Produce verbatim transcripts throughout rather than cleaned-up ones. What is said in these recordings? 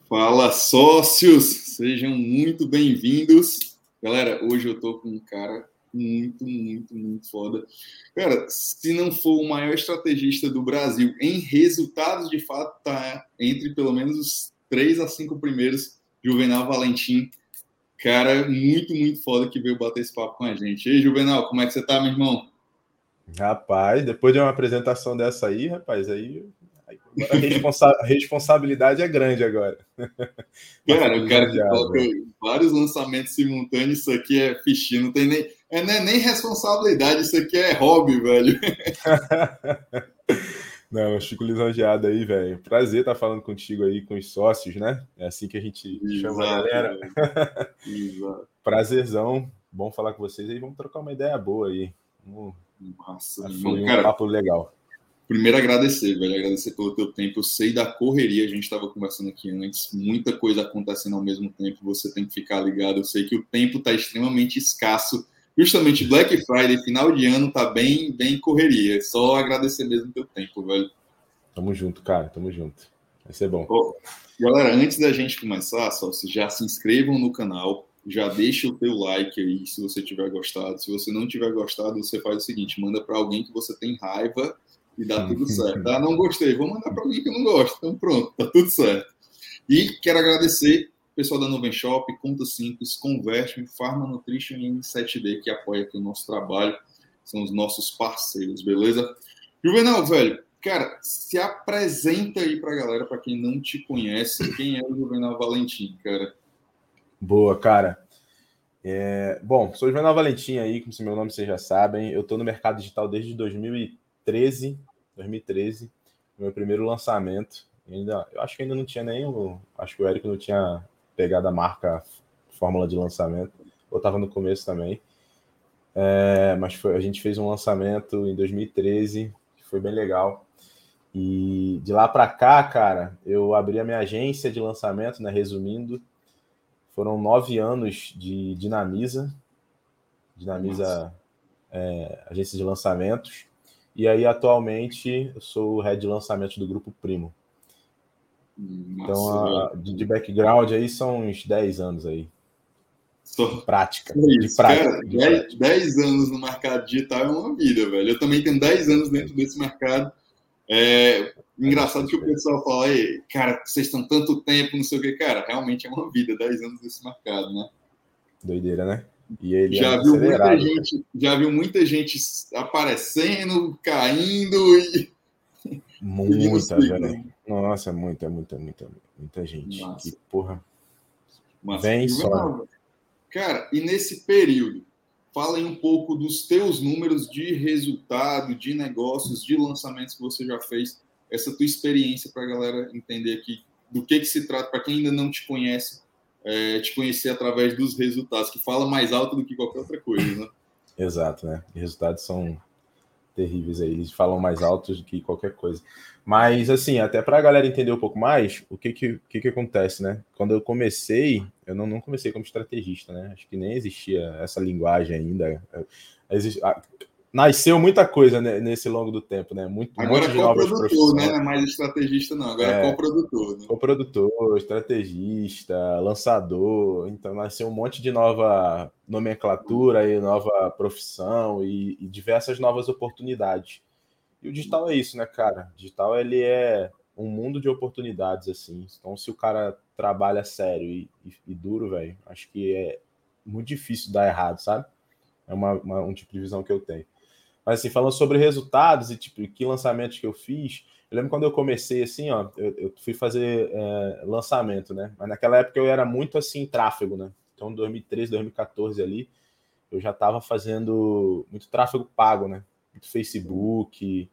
Fala, sócios! Sejam muito bem-vindos. Galera, hoje eu tô com um cara muito, muito, muito foda. Cara, se não for o maior estrategista do Brasil em resultados, de fato, tá entre pelo menos os três a cinco primeiros, Juvenal Valentim. Cara, muito, muito foda que veio bater esse papo com a gente. E aí, Juvenal, como é que você tá, meu irmão? Rapaz, depois de uma apresentação dessa aí, rapaz, aí agora a, responsa a responsabilidade é grande agora. Mas Cara, fico o cara que lisonjeado, toca velho. vários lançamentos simultâneos, isso aqui é fichinho, não tem nem, é, não é nem responsabilidade, isso aqui é hobby, velho. Não, eu fico lisonjeado aí, velho. Prazer estar falando contigo aí, com os sócios, né? É assim que a gente chama a Exato, galera. velho. Exato. Prazerzão. Bom falar com vocês aí. Vamos trocar uma ideia boa aí. Vamos Massa, meu irmão. fluir um Cara, papo legal. primeiro agradecer, velho. Agradecer pelo teu tempo. Eu sei da correria, a gente estava conversando aqui antes, muita coisa acontecendo ao mesmo tempo, você tem que ficar ligado. Eu sei que o tempo está extremamente escasso. Justamente Black Friday, final de ano, tá bem, bem correria. É só agradecer mesmo o teu tempo, velho. Tamo junto, cara. Tamo junto. Vai ser bom. Oh, galera, antes da gente começar, só se já se inscrevam no canal, já deixa o teu like aí se você tiver gostado. Se você não tiver gostado, você faz o seguinte, manda para alguém que você tem raiva e dá tudo certo. Ah, não gostei, vou mandar para alguém que eu não gosto. Então pronto, tá tudo certo. E quero agradecer o pessoal da Nuvem Shop, Conta Simples, Converte, Pharma Nutrition e N sete D, que apoia aqui o nosso trabalho. São os nossos parceiros, beleza? Juvenal, velho, cara, se apresenta aí pra galera, pra quem não te conhece, quem é o Juvenal Valentim, cara? Boa, cara. É, bom, sou o Juvenal Valentim aí, como se meu nome vocês já sabem. Eu estou no mercado digital desde dois mil e treze, dois mil e treze, meu primeiro lançamento. Ainda, eu acho que ainda não tinha nem o, acho que o Érico não tinha pegado a marca fórmula de lançamento. Eu estava no começo também. É, mas foi, a gente fez um lançamento em dois mil e treze, que foi bem legal. E de lá para cá, cara, eu abri a minha agência de lançamento, né? Resumindo, foram nove anos de Dinamiza. Massa. Dinamiza é, agência de lançamentos. E aí, atualmente, eu sou o head de lançamentos do Grupo Primo. Então, Massa, a, velho. de, de background aí são uns dez anos aí. De Só, prática. só De isso. Cara, prática, de prática. dez anos no mercado digital é uma vida, velho. Eu também tenho dez anos dentro desse mercado. É É engraçado que bastante o tempo. pessoal fala, aí, cara, vocês estão tanto tempo, não sei o que. Cara, realmente é uma vida, dez anos nesse mercado, né? Doideira, né? E ele é Já muito viu muita acelerado, cara. gente, já viu muita gente aparecendo, caindo e seguindo o Muita, ciclo, velho. né? Nossa, muita, muita, muita, muita gente. Que, Massa, porra, massa. vem e some. Juvenal, cara, e nesse período, fala aí um pouco dos teus números de resultado, de negócios, de lançamentos que você já fez, essa tua experiência para a galera entender aqui do que que se trata, para quem ainda não te conhece, é, te conhecer através dos resultados, que fala mais alto do que qualquer outra coisa, né? Exato, né? Os resultados são terríveis aí, eles falam mais altos do que qualquer coisa. Mas, assim, até para a galera entender um pouco mais, o que que, que que acontece, né? Quando eu comecei, eu não, não comecei como estrategista, né? Acho que nem existia essa linguagem ainda. Existe, nasceu muita coisa, né, nesse longo do tempo, né? Muito, um monte Agora de novas coprodutor, né? profissões. Não é mais estrategista, não. Agora é coprodutor, né? Coprodutor, estrategista, lançador, então nasceu um monte de nova nomenclatura e nova profissão e, e diversas novas oportunidades. E o digital é isso, né, cara? O digital ele é um mundo de oportunidades, assim. Então, se o cara trabalha sério e, e, e duro, velho, acho que é muito difícil dar errado, sabe? É uma, uma, um tipo de visão que eu tenho. Mas assim, falando sobre resultados e tipo, que lançamentos que eu fiz, eu lembro quando eu comecei assim, ó, eu, eu fui fazer é, lançamento, né? Mas naquela época eu era muito assim, tráfego, né? Então, dois mil e treze, dois mil e quatorze ali, eu já estava fazendo muito tráfego pago, né? Muito Facebook,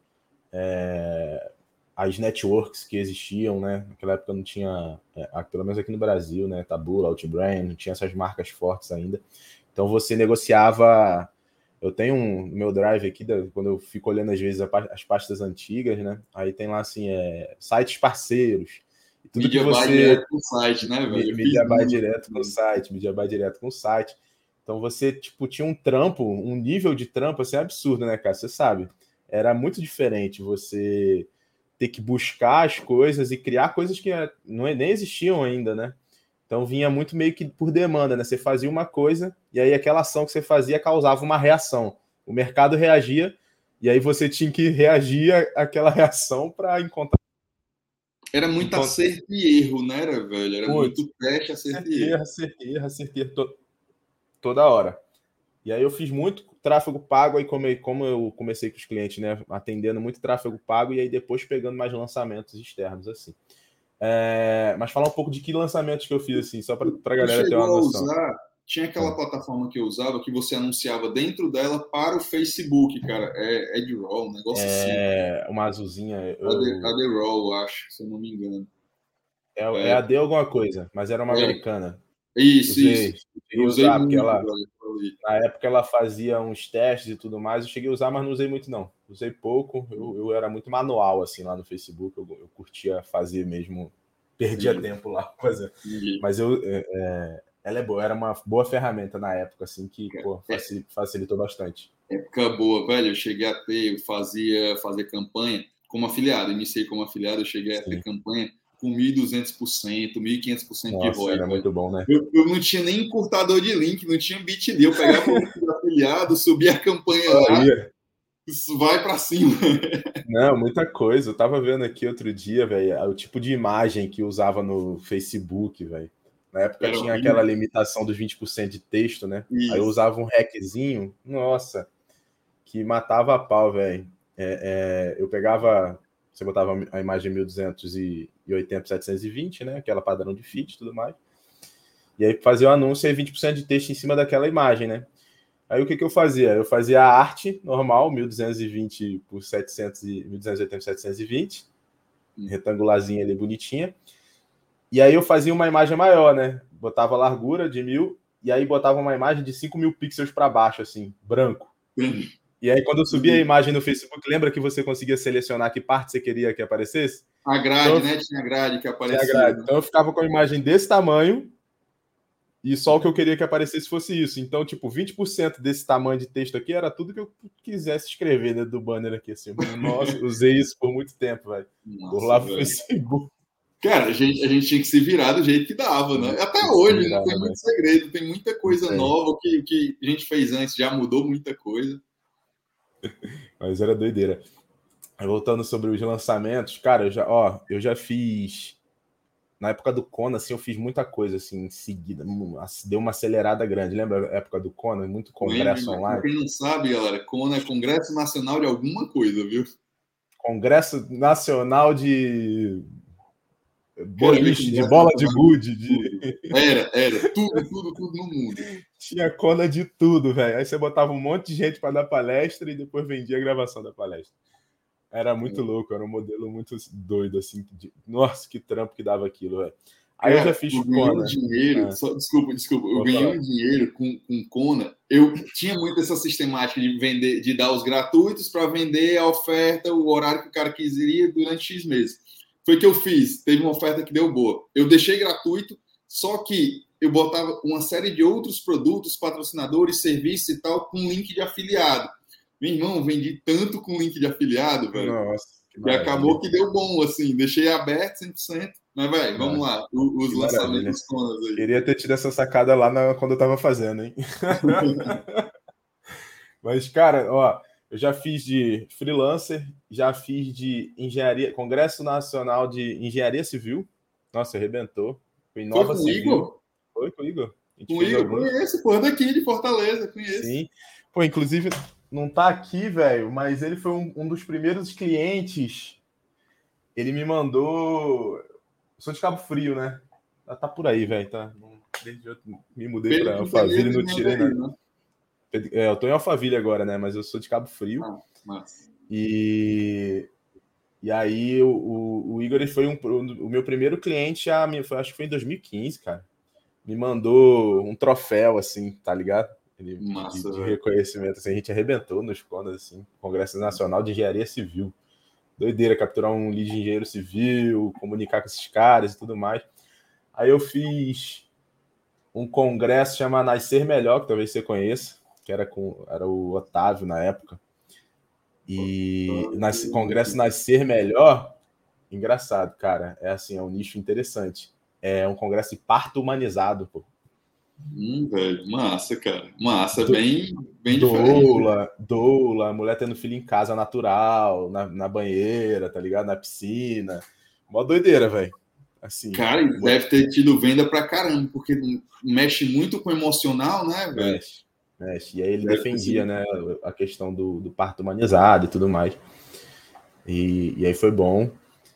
é, as networks que existiam, né? Naquela época não tinha, é, pelo menos aqui no Brasil, né? Taboola, Outbrain, não tinha essas marcas fortes ainda. Então você negociava. Eu tenho um no meu drive aqui, quando eu fico olhando às vezes as pastas antigas, né? Aí tem lá assim, é, sites parceiros. E tudo que Mídia buy você. direto pro site, né, velho? Eu fiz Media buy muito. direto com o site, media buy direto com o site. Então você, tipo, tinha um trampo, um nível de trampo assim absurdo, né, cara? Você sabe. Era muito diferente você ter que buscar as coisas e criar coisas que não, nem existiam ainda, né? Então vinha muito meio que por demanda, né? Você fazia uma coisa e aí aquela ação que você fazia causava uma reação. O mercado reagia e aí você tinha que reagir àquela reação para encontrar. Era muito Encont... acerto e erro, né, era, velho? Era muito, muito teste, acerto e erro. Acerto e erro, acerto e erro to... toda hora. E aí eu fiz muito tráfego pago, aí como, como eu comecei com os clientes, né? Atendendo muito tráfego pago e aí depois pegando mais lançamentos externos, assim. É, mas falar um pouco de que lançamentos que eu fiz, assim, só para a galera ter uma noção. Usar, tinha aquela é. plataforma que eu usava que você anunciava dentro dela para o Facebook, cara. É AdRoll, um negócio é, assim. É, uma azulzinha. Eu... AdRoll, acho, se eu não me engano. É, é, é A D alguma coisa, mas era uma é. americana. Isso, usei, isso. Eu usei usar, muito, ela, velho. Na época ela fazia uns testes e tudo mais. Eu cheguei a usar, mas não usei muito, não. Usei pouco. Eu, eu era muito manual, assim, lá no Facebook. Eu, eu curtia fazer mesmo. Perdia Sim. tempo lá fazer. Sim. Mas eu, é, ela é boa. Era uma boa ferramenta na época, assim, que pô, facilitou bastante. Época boa, velho. Eu cheguei a ter, eu fazia fazer campanha como afiliado. Iniciei como afiliado, eu cheguei Sim. a ter campanha com mil e duzentos por cento, mil e quinhentos por cento de R O I. Era velho. Muito bom, né? Eu, eu não tinha nem encurtador de link, não tinha Bitly. Eu pegava o link do afiliado, subia a campanha lá, isso vai para cima. Não, muita coisa. Eu tava vendo aqui outro dia, velho, o tipo de imagem que usava no Facebook, velho. Na época Era tinha horrível. Aquela limitação dos vinte por cento de texto, né? Isso. Aí eu usava um hackzinho, nossa, que matava a pau, velho. É, é, eu pegava, você botava a imagem mil duzentos e oitenta por setecentos e vinte, né? Aquela padrão de feed e tudo mais. E aí fazia o anúncio e vinte por cento de texto em cima daquela imagem, né? Aí o que, que eu fazia? Eu fazia a arte normal, mil duzentos e vinte por setecentos e mil duzentos e oitenta por setecentos e vinte, hum. retangularzinha ali, bonitinha. E aí eu fazia uma imagem maior, né? Botava a largura de mil e aí botava uma imagem de cinco mil pixels para baixo, assim, branco. Hum. E aí quando eu subia a imagem no Facebook, lembra que você conseguia selecionar que parte você queria que aparecesse? A grade, então, né? Tinha grade que aparecia. Tinha grade. Então eu ficava com a imagem desse tamanho e só o que eu queria que aparecesse fosse isso. Então, tipo, vinte por cento desse tamanho de texto aqui era tudo que eu quisesse escrever dentro do banner aqui. Assim. Nossa, usei isso por muito tempo, velho. Por lá pro Facebook. Cara, a gente, a gente tinha que se virar do jeito que dava, né? Até hoje, virar, né? Tem muito segredo, tem muita coisa tem. nova. O que, que a gente fez antes já mudou muita coisa. Mas era doideira. Voltando sobre os lançamentos, cara, eu já, ó, eu já fiz... Na época do Conan, assim, eu fiz muita coisa, assim, em seguida. Deu uma acelerada grande. Lembra a época do Conan? Muito congresso Lembra, online. Pra quem não sabe, galera, Conan é Congresso Nacional de alguma coisa, viu? Congresso Nacional de... boliche, de bola de gude. De... Era, era. Tudo, tudo, tudo no mundo. Tinha Conan de tudo, velho. Aí você botava um monte de gente para dar palestra e depois vendia a gravação da palestra. Era muito é. louco, era um modelo muito doido, assim. De... Nossa, que trampo que dava aquilo, velho. Aí Cara, eu já fiz eu ganhei um dinheiro, ah. só, desculpa, desculpa, eu Vou ganhei falar. um dinheiro com, com Kona. Eu tinha muito essa sistemática de vender, de dar os gratuitos para vender a oferta, o horário que o cara quiseria durante X meses. Foi o que eu fiz, teve uma oferta que deu boa. Eu deixei gratuito, só que eu botava uma série de outros produtos, patrocinadores, serviços e tal, com link de afiliado. Meu irmão, vendi tanto com link de afiliado, velho. Nossa, que e acabou que deu bom, assim. Deixei aberto cem por cento. Mas, velho, vamos Nossa, lá. O, os lançamentos Conas aí. Queria ter tido essa sacada lá na, quando eu tava fazendo, hein? Mas, cara, ó, eu já fiz de freelancer, já fiz de engenharia, Congresso Nacional de Engenharia Civil. Nossa, arrebentou. Foi em Nova Foi com Civil. Igor? Foi com o Igor. Com o Igor, alguns... conheço, pô, daqui de Fortaleza, conheço. Sim. Pô, inclusive... Não tá aqui, velho, mas ele foi um, um dos primeiros clientes. Ele me mandou... Eu sou de Cabo Frio, né? Tá por aí, velho. Tá... Desde eu me mudei para Alphaville e não tirei nada. Né? É, eu tô em Alphaville agora, né? Mas eu sou de Cabo Frio. Ah, massa. E... E aí o, o, o Igor ele foi um, o meu primeiro cliente, a minha, acho que foi em dois mil e quinze, cara. Me mandou um troféu, assim, tá ligado? Ele, Massa, de, de reconhecimento, assim, a gente arrebentou nos Conas, assim, Congresso Nacional de Engenharia Civil. Doideira, capturar um lead de engenheiro civil, comunicar com esses caras e tudo mais. Aí eu fiz um congresso chamado Nascer Melhor, que talvez você conheça, que era, com, era o Otávio na época. E nesse congresso Nascer Melhor, engraçado, cara. É assim, é um nicho interessante. É um congresso de parto humanizado, pô. Hum, velho, massa, cara. Massa, Do, bem, bem diferente, né? doula, doula, mulher tendo filho em casa natural, na, na banheira, tá ligado? Na piscina. Mó doideira, velho. Assim, Cara, ele muito deve ter tido venda pra caramba, porque mexe muito com o emocional, né, velho? mexe, mexe. E aí ele Deve ter defendia, sido. né, a questão do, do parto humanizado e tudo mais. E, e aí foi bom.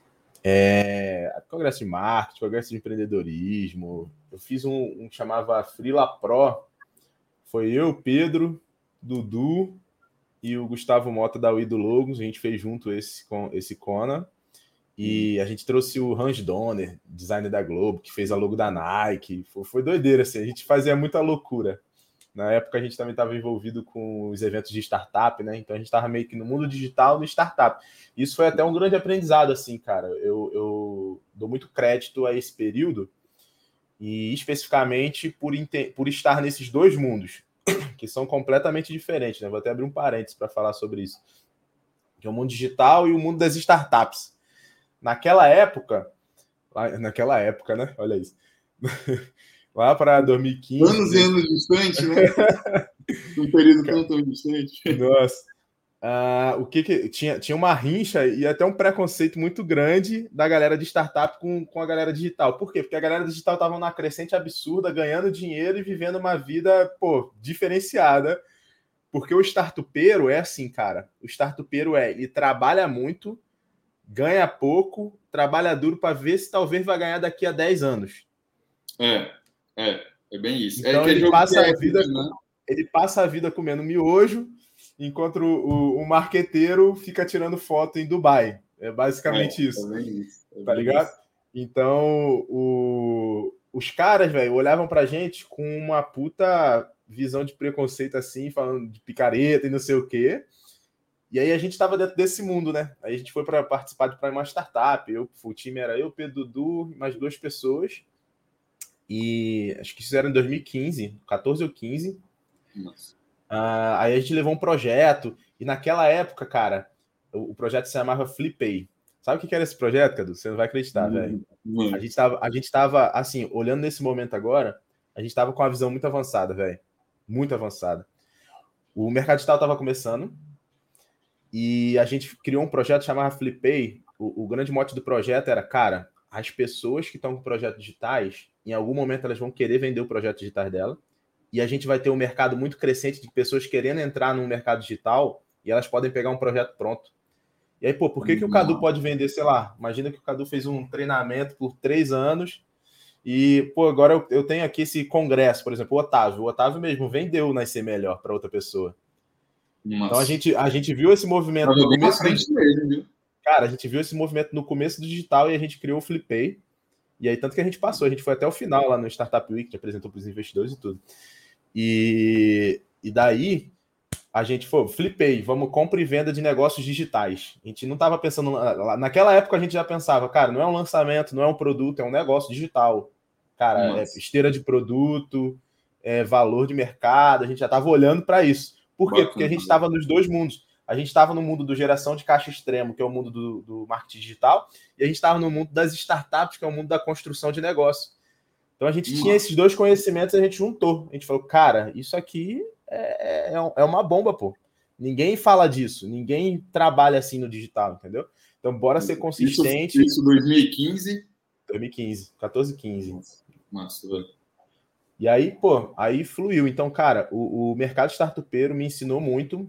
É, congresso de marketing, congresso de empreendedorismo. Eu fiz um, um que chamava Freela Pro. Foi eu, Pedro, Dudu e o Gustavo Mota da Uido Logos. A gente fez junto esse, esse Kona. E a gente trouxe o Hans Donner, designer da Globo, que fez a logo da Nike. Foi, foi doideira, assim. A gente fazia muita loucura. Na época a gente também estava envolvido com os eventos de startup, né? Então a gente estava meio que no mundo digital no startup. Isso foi até um grande aprendizado, assim, cara. Eu, eu dou muito crédito a esse período e especificamente por, por estar nesses dois mundos, que são completamente diferentes, né? Vou até abrir um parênteses para falar sobre isso. Que é o mundo digital e o mundo das startups. Naquela época, naquela época, né? Olha isso. Lá para dois mil e quinze. Anos e anos distante, né? Um período tão, tão distante. Nossa. Uh, o que, que tinha, tinha uma rincha e até um preconceito muito grande da galera de startup com, com a galera digital. Por quê? Porque a galera digital estava numa crescente absurda, ganhando dinheiro e vivendo uma vida, pô, diferenciada. Porque o startupeiro é assim, cara. O startupeiro é, ele trabalha muito, ganha pouco, trabalha duro para ver se talvez vai ganhar daqui a dez anos. É, é, é bem isso. Então é ele passa a vida, né? ele passa a vida comendo miojo, enquanto o, o marqueteiro fica tirando foto em Dubai. É basicamente é, isso. É bem isso. É Tá bem ligado? isso. Então, o, os caras, velho, olhavam pra gente com uma puta visão de preconceito assim, falando de picareta e não sei o quê. E aí a gente tava dentro desse mundo, né? Aí a gente foi para participar de uma startup. Eu, o time era eu, Pedro Dudu, mais duas pessoas. E acho que isso era em dois mil e quinze, catorze ou quinze. Nossa. Uh, aí a gente levou um projeto, e naquela época, cara, o, o projeto se chamava Flipay. Sabe o que era esse projeto, Cadu? Você não vai acreditar, velho. A gente tava, a gente tava, assim, olhando nesse momento agora, a gente tava com uma visão muito avançada, velho. Muito avançada. O mercado digital tava começando, e a gente criou um projeto chamado Flipay. O, o grande mote do projeto era, cara, as pessoas que estão com projetos digitais, em algum momento elas vão querer vender o projeto digital dela, e a gente vai ter um mercado muito crescente de pessoas querendo entrar no mercado digital e elas podem pegar um projeto pronto. E aí, pô, por que, que o Cadu pode vender, sei lá, imagina que o Cadu fez um treinamento por três anos e, pô, agora eu, eu tenho aqui esse congresso, por exemplo, o Otávio. O Otávio mesmo vendeu Nascer Melhor para outra pessoa. Nossa. Então a gente, a gente viu esse movimento no começo do... mesmo, viu? Cara, a gente viu esse movimento no começo do digital e a gente criou o Flipay. E aí, tanto que a gente passou, a gente foi até o final lá no Startup Week, que apresentou para os investidores e tudo. E, e daí a gente foi, Flipay, vamos compra e venda de negócios digitais. A gente não estava pensando, naquela época a gente já pensava, cara, não é um lançamento, não é um produto, é um negócio digital. Cara, Nossa. é esteira de produto, é valor de mercado, a gente já estava olhando para isso. Por quê? Bacana. Porque a gente estava nos dois mundos. A gente estava no mundo do geração de caixa extremo, que é o mundo do, do marketing digital, e a gente estava no mundo das startups, que é o mundo da construção de negócio. Então a gente Nossa. tinha esses dois conhecimentos e a gente juntou. A gente falou, cara, isso aqui é, é, é uma bomba, pô. Ninguém fala disso, ninguém trabalha assim no digital, entendeu? Então bora ser consistente. Isso, isso dois mil e quinze? dois mil e quinze, catorze, quinze. Nossa, Nossa velho. E aí, pô, aí fluiu. Então, cara, o, o mercado startupeiro me ensinou muito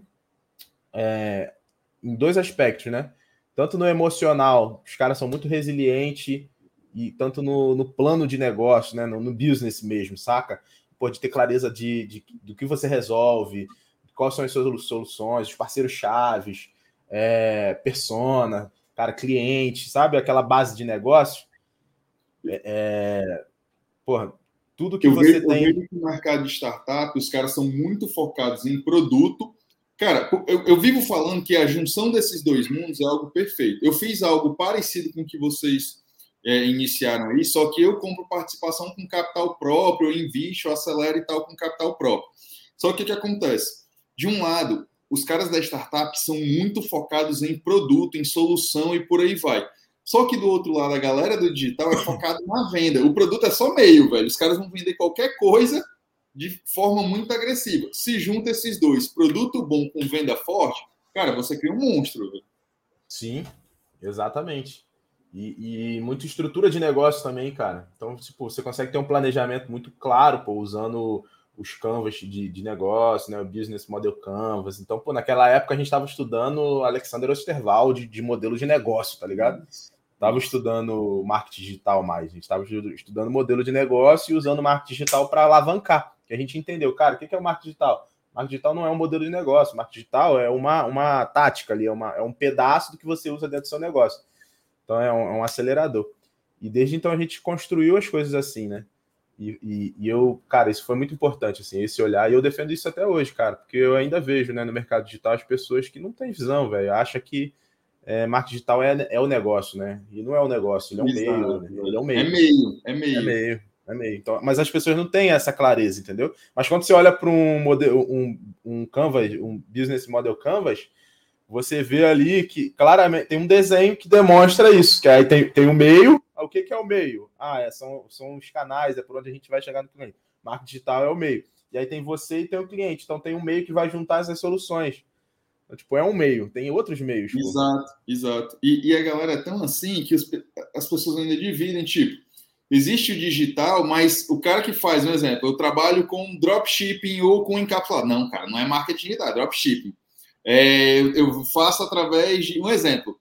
é, em dois aspectos, né? Tanto no emocional, os caras são muito resilientes, e tanto no, no plano de negócio, né, no, no business mesmo, saca? Pode ter clareza de, de, do que você resolve, quais são as suas soluções, os parceiros chaves, é, persona, cara, cliente, sabe? Aquela base de negócio. É, é, porra, tudo que eu você vejo, tem... Eu vejo que no mercado de startup, os caras são muito focados em produto. Cara, eu, eu vivo falando que a junção desses dois mundos é algo perfeito. Eu fiz algo parecido com o que vocês... É, iniciaram aí, só que eu compro participação com capital próprio, eu invisto, eu acelero e tal com capital próprio. Só que o que acontece? De um lado, os caras da startup são muito focados em produto, em solução e por aí vai. Só que do outro lado, a galera do digital é focada na venda. O produto é só meio, velho. Os caras vão vender qualquer coisa de forma muito agressiva. Se junta esses dois, produto bom com venda forte, cara, você cria um monstro, velho. Sim, exatamente. E, e muita estrutura de negócio também, cara. Então, tipo, você consegue ter um planejamento muito claro, pô, usando os canvas de, de negócio, né? O Business Model Canvas. Então, pô, naquela época a gente estava estudando Alexander Osterwald de modelo de negócio, tá ligado? Estava estudando marketing digital mais. A gente estava estudando modelo de negócio e usando marketing digital para alavancar. Que a gente entendeu, cara, o que é o marketing digital? Marketing digital não é um modelo de negócio. Marketing digital é uma, uma tática ali, é, uma, é um pedaço do que você usa dentro do seu negócio. Então é um, é um acelerador. E desde então a gente construiu as coisas assim, né? E, e, e eu, cara, isso foi muito importante, assim, esse olhar. E eu defendo isso até hoje, cara, porque eu ainda vejo, né, no mercado digital as pessoas que não têm visão, velho. Acha que é, marketing digital é, é o negócio, né? E não é o negócio, ele é um meio, né? Ele é um meio. É meio, é meio. É meio. É meio. Então, mas as pessoas não têm essa clareza, entendeu? Mas quando você olha para um modelo, um, um Canvas, um Business Model Canvas, você vê ali que claramente tem um desenho que demonstra isso, que aí tem, tem o meio. O que, que é o meio? Ah, é, são, são os canais, é por onde a gente vai chegar no cliente. Marketing digital é o meio. E aí tem você e tem o cliente. Então tem um meio que vai juntar essas soluções. Então, tipo, é um meio, tem outros meios. Exato, pô. Exato. E, e a galera é tão assim que os, as pessoas ainda dividem, tipo, existe o digital, mas o cara que faz, um exemplo, eu trabalho com dropshipping ou com encapsulado. Não, cara, não é marketing digital, é dropshipping. É, eu faço através de um exemplo.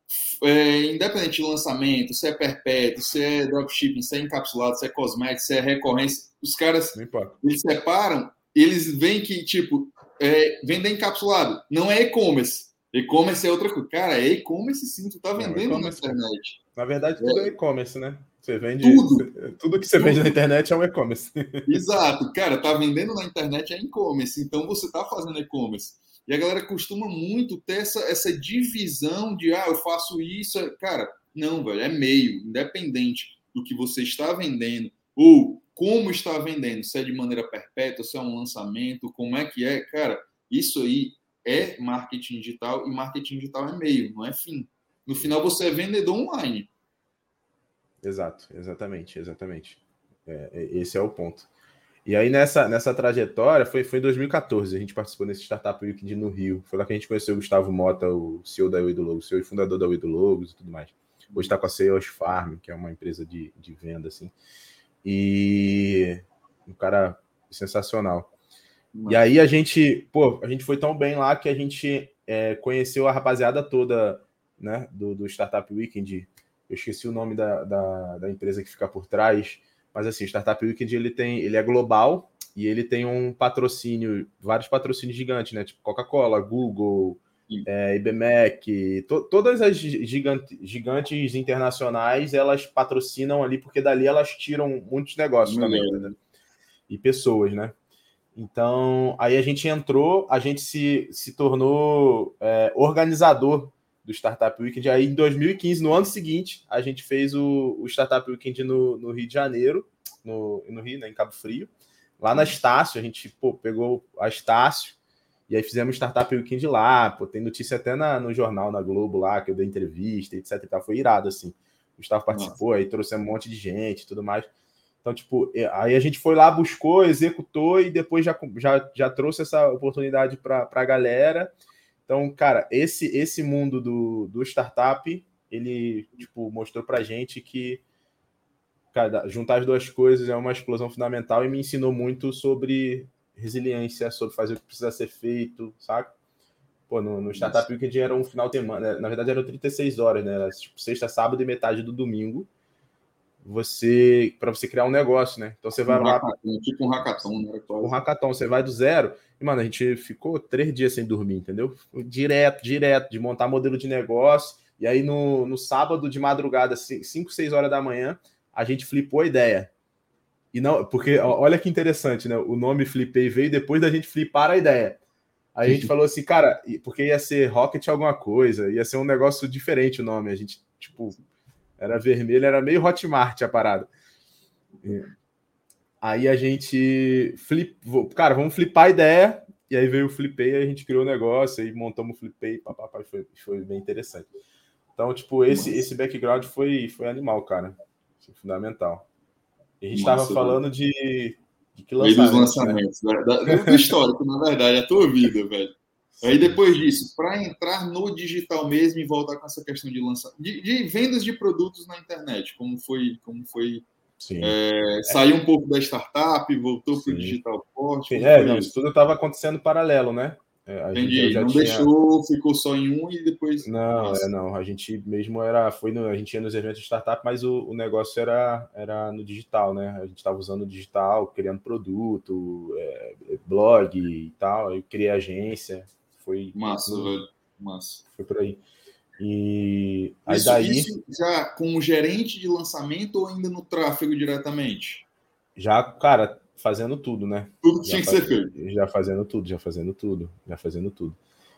É, independente de lançamento, se é perpétuo, se é dropshipping, se é encapsulado, se é cosmético, se é recorrência, os caras eles separam, eles veem que, tipo, é, vender encapsulado não é e-commerce. E-commerce é outra coisa. Cara, é e-commerce sim, tu tá vendendo não, na internet. Na verdade, tudo é, é e-commerce, né? Você vende. Tudo. Tudo que você tudo. vende na internet é um e-commerce. Exato, cara, tá vendendo na internet é e-commerce, então você tá fazendo e-commerce. E a galera costuma muito ter essa, essa divisão de, ah, eu faço isso. Cara, não, velho, é meio, independente do que você está vendendo ou como está vendendo, se é de maneira perpétua, se é um lançamento, como é que é, cara, isso aí é marketing digital e marketing digital é meio, não é fim. No final você é vendedor online. Exato, exatamente, exatamente. É, esse é o ponto. E aí, nessa, nessa trajetória, foi, foi em dois mil e quatorze, a gente participou nesse Startup Weekend no Rio. Foi lá que a gente conheceu o Gustavo Mota, o C E O da Wido Logos, o C E O e fundador da Wido Logos e tudo mais. Hoje está com a Sales Farm, que é uma empresa de, de venda, assim. E um cara sensacional. Nossa. E aí a gente, pô, a gente foi tão bem lá que a gente é, conheceu a rapaziada toda, né, do, do Startup Weekend. Eu esqueci o nome da, da, da empresa que fica por trás, mas assim, o Startup Weekend ele tem, ele é global e ele tem um patrocínio, vários patrocínios gigantes, né? Tipo Coca-Cola, Google, é, I B M E C, to, todas as gigante, gigantes internacionais, elas patrocinam ali, porque dali elas tiram muitos negócios Melhor. também, entendeu? E pessoas, né? Então, aí a gente entrou, a gente se, se tornou é, organizador do Startup Weekend. Aí, em dois mil e quinze, no ano seguinte, a gente fez o, o Startup Weekend no, no Rio de Janeiro, no, no Rio, né, em Cabo Frio. Lá na Estácio, a gente pô, pegou a Estácio e aí fizemos Startup Weekend lá. Pô, tem notícia até na, no jornal, na Globo lá, que eu dei entrevista, etc e tal. Foi irado, assim. O Gustavo participou, Nossa. Aí trouxe um monte de gente e tudo mais. Então, tipo, aí a gente foi lá, buscou, executou e depois já, já, já trouxe essa oportunidade para a galera. Então, cara, esse, esse mundo do, do startup, ele, tipo, mostrou pra gente que, cara, juntar as duas coisas é uma explosão fundamental e me ensinou muito sobre resiliência, sobre fazer o que precisa ser feito, saca? Pô, no, no Startup Weekend era um final de semana, na verdade eram trinta e seis horas, né? Era, tipo, sexta, sábado e metade do domingo. Você para você criar um negócio, né? Então você vai um lá hackathon, tipo um hackathon, né? Um hackathon, você vai do zero e, mano, a gente ficou três dias sem dormir, entendeu? Direto, direto, de montar modelo de negócio. E aí no, no sábado de madrugada, cinco, seis horas da manhã, a gente flipou a ideia. E não, porque olha que interessante, né? O nome Flipei veio depois da gente flipar a ideia. Aí a gente falou assim, cara, porque ia ser Rocket alguma coisa, ia ser um negócio diferente o nome. A gente, tipo, era vermelho, era meio Hotmart a parada. Aí a gente flip, cara, vamos flipar a ideia. E aí veio o Flipei, a gente criou o negócio, aí montamos o Flipei, papapá, foi, foi bem interessante. Então, tipo, esse, esse background foi, foi animal, cara. Foi fundamental. E a gente estava falando de, de que Aí dos lançamentos, né? lançamentos, da, da, do histórico, na verdade, a tua vida, velho. Aí depois disso, para entrar no digital mesmo e voltar com essa questão de lançar, de, de vendas de produtos na internet, como foi, como foi é, saiu um pouco da startup, voltou para o digital forte. Sim, é, não, isso tudo estava acontecendo paralelo, né? A Entendi. gente, eu já não tinha... deixou, ficou só em um e depois. Não, é, não. A gente mesmo era, foi no, a gente ia nos eventos de startup, mas o, o negócio era, era no digital, né? A gente estava usando o digital, criando produto, é, blog e tal. Eu criei agência, foi massa, tudo, velho, massa. Foi por aí. E aí isso, daí isso já como gerente de lançamento ou ainda no tráfego diretamente? Já, cara, fazendo tudo, né? Tudo que já tinha que ser feito. Já fazendo tudo, já fazendo tudo, já fazendo tudo.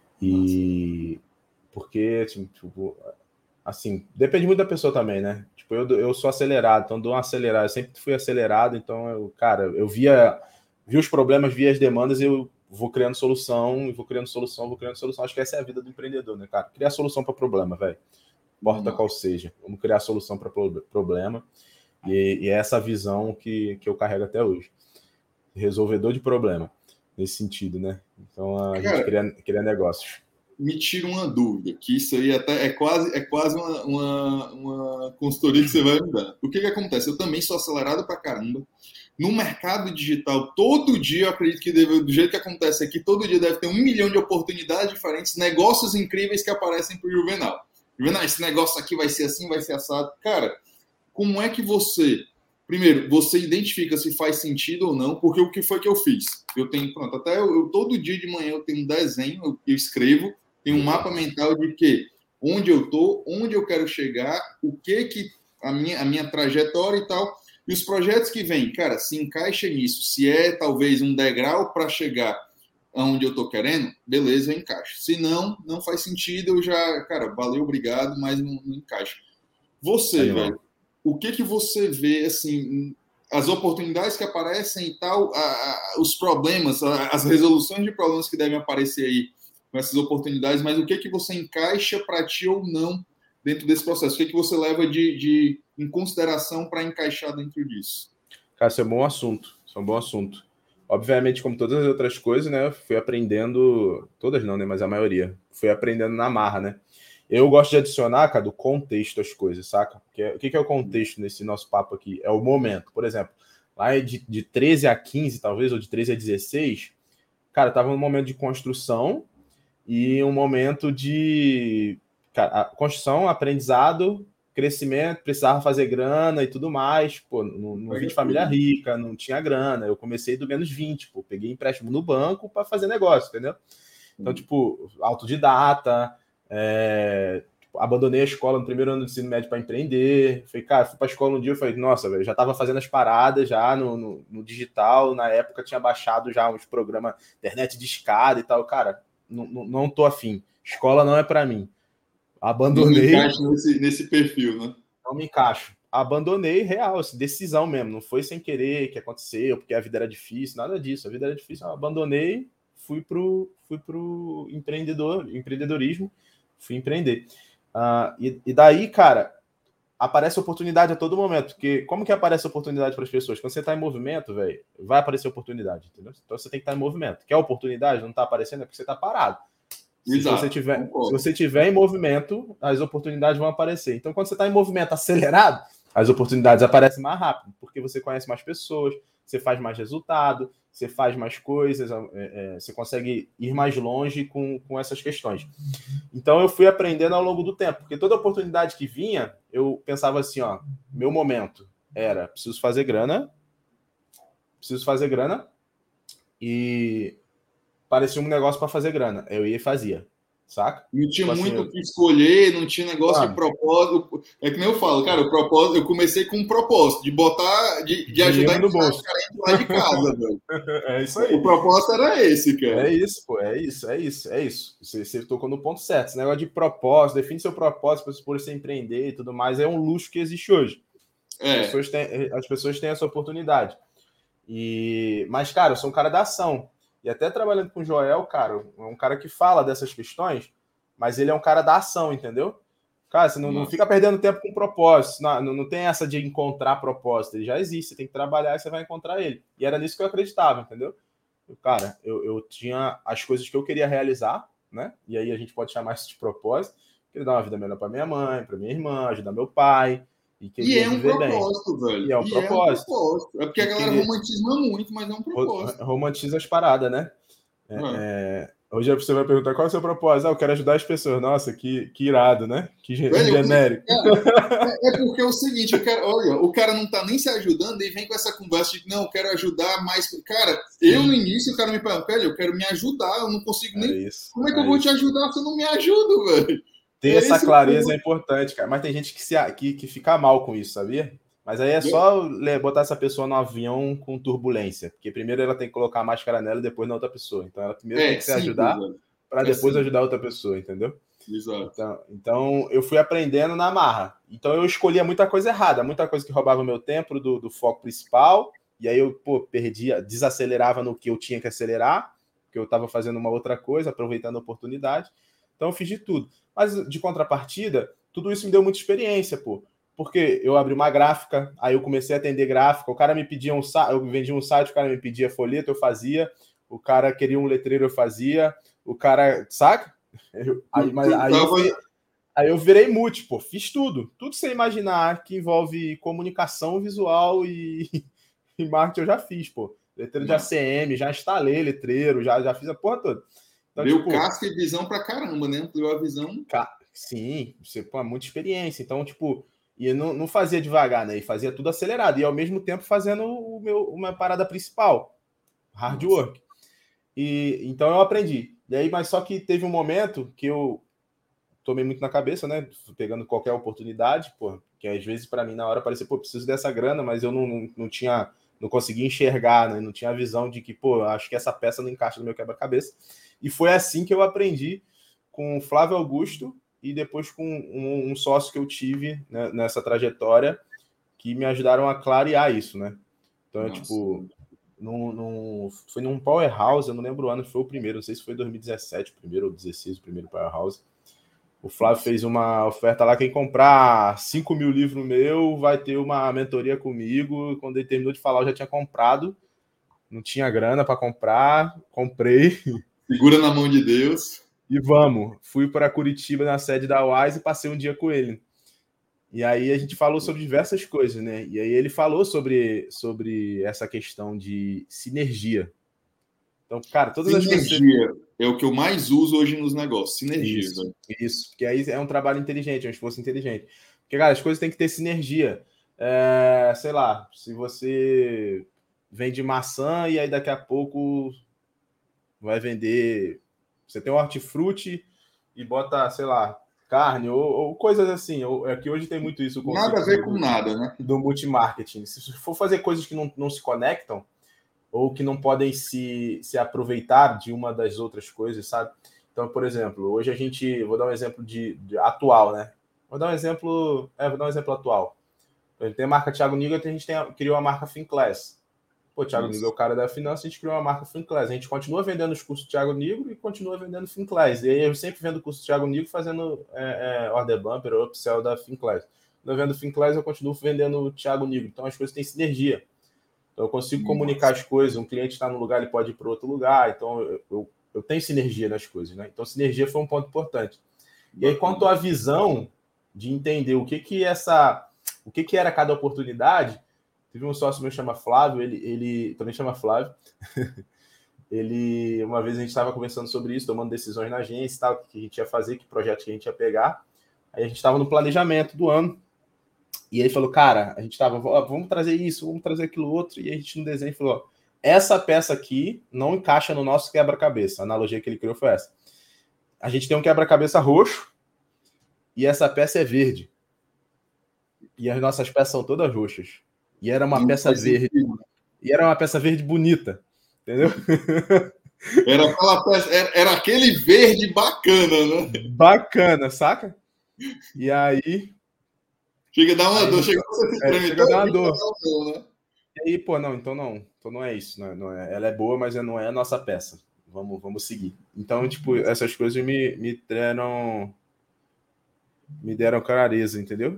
E massa. Porque, assim, tipo, assim, depende muito da pessoa também, né? Tipo, eu, eu sou acelerado, então dou uma acelerada, eu sempre fui acelerado, então, eu, cara, eu via, via os problemas, via as demandas, e eu vou criando solução, e vou criando solução, vou criando solução. Acho que essa é a vida do empreendedor, né, cara? Criar solução para problema, velho. Importa qual seja. Vamos criar solução para problema. E, e é essa visão que, que eu carrego até hoje. Resolvedor de problema, nesse sentido, né? Então, a cara, gente cria, cria negócios. Me tira uma dúvida, que isso aí até é quase, é quase uma, uma, uma consultoria que você vai me dar. O que que acontece? Eu também sou acelerado pra caramba. No mercado digital, todo dia, eu acredito que deve, do jeito que acontece aqui, todo dia deve ter um milhão de oportunidades diferentes, negócios incríveis que aparecem pro Juvenal. Juvenal, esse negócio aqui vai ser assim, vai ser assado. Cara, como é que você... Primeiro, você identifica se faz sentido ou não, porque o que foi que eu fiz? Eu tenho, pronto, até eu, eu todo dia de manhã eu tenho um desenho, eu, eu escrevo, tenho um mapa mental de que onde eu tô, onde eu quero chegar, o que que a minha, a minha trajetória e tal, e os projetos que vêm, cara, se encaixa nisso, se é talvez um degrau para chegar aonde eu tô querendo, beleza, eu encaixo. Se não, não faz sentido, eu já, cara, valeu, obrigado, mas não, não encaixa. Você, Animal. velho, o que que você vê, assim, as oportunidades que aparecem e tal, a, a, os problemas, a, as resoluções de problemas que devem aparecer aí com essas oportunidades, mas o que que você encaixa para ti ou não dentro desse processo? O que que você leva de, de em consideração para encaixar dentro disso? Cara, isso é um bom assunto, isso é um bom assunto. Obviamente, como todas as outras coisas, né, eu fui aprendendo, todas não, né, mas a maioria, fui aprendendo na marra, né? Eu gosto de adicionar, cara, do contexto às coisas, saca? Porque, o que é o contexto nesse nosso papo aqui? É o momento. Por exemplo, lá de, de treze a quinze, talvez, ou de treze a dezesseis, cara, eu tava num momento de construção e um momento de cara, construção, aprendizado, crescimento, precisava fazer grana e tudo mais. Pô, não, não vim de família rica, não tinha grana. Eu comecei do menos vinte, pô, peguei empréstimo no banco para fazer negócio, entendeu? Então, tipo, autodidata, é, tipo, abandonei a escola no primeiro ano do ensino médio para empreender. Falei, cara, fui para a escola um dia e falei, nossa, velho, já estava fazendo as paradas já no, no, no digital. Na época tinha baixado já uns programas, internet de escada e tal. Cara, não, não, não tô afim. Escola não é para mim. Abandonei. Não me encaixo nesse, nesse perfil, né? Não me encaixo. Abandonei real, assim, decisão mesmo. Não foi sem querer que aconteceu, porque a vida era difícil, nada disso. A vida era difícil, eu abandonei, fui pro, fui pro empreendedor, empreendedorismo, fui empreender. Uh, e, e daí, cara, aparece oportunidade a todo momento. Porque como que aparece oportunidade para as pessoas? Quando você está em movimento, velho, vai aparecer oportunidade, entendeu? Então você tem que estar em movimento. Quer oportunidade? Não está aparecendo é porque você está parado. Se Exato, você tiver, se você tiver em movimento, as oportunidades vão aparecer. Então, quando você está em movimento acelerado, as oportunidades aparecem mais rápido, porque você conhece mais pessoas, você faz mais resultado, você faz mais coisas, é, é, você consegue ir mais longe com, com essas questões. Então, eu fui aprendendo ao longo do tempo, porque toda oportunidade que vinha, eu pensava assim, ó, meu momento era, preciso fazer grana, preciso fazer grana, e parecia um negócio para fazer grana. Eu ia e fazia, saca? Não tinha tipo muito o assim, que escolher, não tinha negócio mano, de propósito. É que nem eu falo, cara, o propósito, eu comecei com um propósito de botar, de, de ajudar no bolso lá de casa, velho. É isso aí. O propósito era esse, cara. É isso, pô, é isso, é isso, é isso. Você, você tocou no ponto certo. Esse negócio de propósito, define seu propósito para você empreender e tudo mais, é um luxo que existe hoje. É. As, pessoas têm, as pessoas têm essa oportunidade. E, mas, cara, eu sou um cara da ação. E até trabalhando com o Joel, cara, é um cara que fala dessas questões, mas ele é um cara da ação, entendeu? Cara, você não, não fica perdendo tempo com propósito. Não, não, não tem essa de encontrar propósito. Ele já existe. Você tem que trabalhar e você vai encontrar ele. E era nisso que eu acreditava, entendeu? Cara, eu, eu tinha as coisas que eu queria realizar, né? E aí a gente pode chamar isso de propósito. Queria dar uma vida melhor para minha mãe, para minha irmã, ajudar meu pai. E, e é um viver propósito, bem. velho. E é um e propósito. É, um propósito. É porque a galera queria... romantiza muito, mas é um propósito. Romantiza as paradas, né? É, é. É... Hoje você vai perguntar qual é o seu propósito. Ah, eu quero ajudar as pessoas. Nossa, que, que irado, né? Que velho, genérico. Cara, é, é porque é o seguinte, o cara, olha, o cara não tá nem se ajudando e vem com essa conversa de não, eu quero ajudar mais. Cara, Sim. eu no início, o cara me pergunta, velho, eu quero me ajudar, eu não consigo nem. É isso, Como é que é eu vou isso. te ajudar se eu não me ajudo, velho? Ter é essa clareza é importante, cara. Mas tem gente que, se, que, que fica mal com isso, sabia? Mas aí é só botar essa pessoa no avião com turbulência. Porque primeiro ela tem que colocar a máscara nela e depois na outra pessoa. Então ela primeiro é, tem que se ajudar para é depois sim. ajudar outra pessoa, entendeu? Exato. Então, então eu fui aprendendo na marra. Então eu escolhia muita coisa errada, muita coisa que roubava o meu tempo do, do foco principal. E aí eu pô, perdia, desacelerava no que eu tinha que acelerar, porque eu estava fazendo uma outra coisa, aproveitando a oportunidade. Então eu fiz de tudo. Mas de contrapartida, tudo isso me deu muita experiência, pô. Porque eu abri uma gráfica, aí eu comecei a atender gráfica, o cara me pedia um site, eu vendia um site, o cara me pedia folheto, eu fazia, o cara queria um letreiro, eu fazia, o cara, saca? Eu, aí, mas, aí, eu fui, aí eu virei multi, pô, fiz tudo, tudo sem imaginar que envolve comunicação visual e, e marketing eu já fiz, pô. Letreiro de A C M, já instalei letreiro, já, já fiz a porra toda. Então, Deu tipo, casca e visão pra caramba, né? Deu a visão. Sim, você pô, muita experiência. Então, tipo, e não, não fazia devagar, né? E fazia tudo acelerado. E ao mesmo tempo fazendo o meu, uma parada principal, hard Nossa. work. E então eu aprendi. E aí, mas só que teve um momento que eu tomei muito na cabeça, né? Pegando qualquer oportunidade, pô, que às vezes para mim na hora parecia, pô, preciso dessa grana, mas eu não, não, não tinha, não conseguia enxergar, né? Não tinha a visão de que, pô, acho que essa peça não encaixa no meu quebra-cabeça. E foi assim que eu aprendi com o Flávio Augusto e depois com um, um sócio que eu tive, né, nessa trajetória, que me ajudaram a clarear isso, né? Então, eu, tipo, num, num, foi num Powerhouse, eu não lembro o ano, foi o primeiro, não sei se foi dois mil e dezessete, o primeiro ou dezesseis, o primeiro Powerhouse. O Flávio fez uma oferta lá, quem comprar cinco mil livros meu vai ter uma mentoria comigo. Quando ele terminou de falar, eu já tinha comprado, não tinha grana para comprar, comprei. Segura na mão de Deus. E vamos, fui para Curitiba na sede da Wise e passei um dia com ele. E aí a gente falou sobre diversas coisas, né? E aí ele falou sobre, sobre essa questão de sinergia. Então, cara, todas sinergia as coisas... Sinergia é o que eu mais uso hoje nos negócios, sinergia. Isso, velho. isso, porque aí é um trabalho inteligente, é um esforço inteligente. Porque, cara, as coisas têm que ter sinergia. É, sei lá, se você vende maçã e aí daqui a pouco vai vender... Você tem um hortifruti e bota, sei lá, carne ou, ou coisas assim. Ou, é que hoje tem muito isso. O nada a ver do, com nada, né? Do multimarketing. Se for fazer coisas que não, não se conectam ou que não podem se, se aproveitar de uma das outras coisas, sabe? Então, por exemplo, hoje a gente... Vou dar um exemplo de, de atual, né? Vou dar um exemplo... É, vou dar um exemplo atual. Tem a marca Thiago Nigro, a gente tem, criou a marca Finclass. Pô, Thiago Nigro é o cara da finança, a gente criou uma marca Finclass. A gente continua vendendo os cursos do Thiago Nigro e continua vendendo Finclass. E aí eu sempre vendo o curso do Thiago Nigro fazendo é, é, order bumper ou upsell da Finclass. Quando eu vendo Finclass, eu continuo vendendo o Thiago Nigro. Então as coisas têm sinergia. Então eu consigo Nossa. comunicar as coisas. Um cliente está num lugar, ele pode ir para outro lugar. Então eu, eu, eu tenho sinergia nas coisas, né? Então sinergia foi um ponto importante. E aí, quanto à visão de entender o que que essa... o que que era cada oportunidade... Tive um sócio meu que chama Flávio, ele, ele também chama Flávio. Ele, uma vez a gente estava conversando sobre isso, tomando decisões na agência, tal, o que a gente ia fazer, que projeto que a gente ia pegar. Aí a gente estava no planejamento do ano. E ele falou, cara, a gente estava, vamos trazer isso, vamos trazer aquilo outro. E a gente no desenho falou, essa peça aqui não encaixa no nosso quebra-cabeça. A analogia que ele criou foi essa. A gente tem um quebra-cabeça roxo e essa peça é verde. E as nossas peças são todas roxas. E era uma não peça verde. Sentido. E era uma peça verde bonita. Entendeu? Era, aquela peça, era, era aquele verde bacana, né? Bacana, saca? E aí... Chega a dar uma aí, dor. Chega a, é, chega a dar uma dor. dor né? E aí, pô, não, então não. Então não é isso. Não é, não é, ela é boa, mas não é a nossa peça. Vamos, vamos seguir. Então, tipo, essas coisas me, me deram... me deram clareza, entendeu?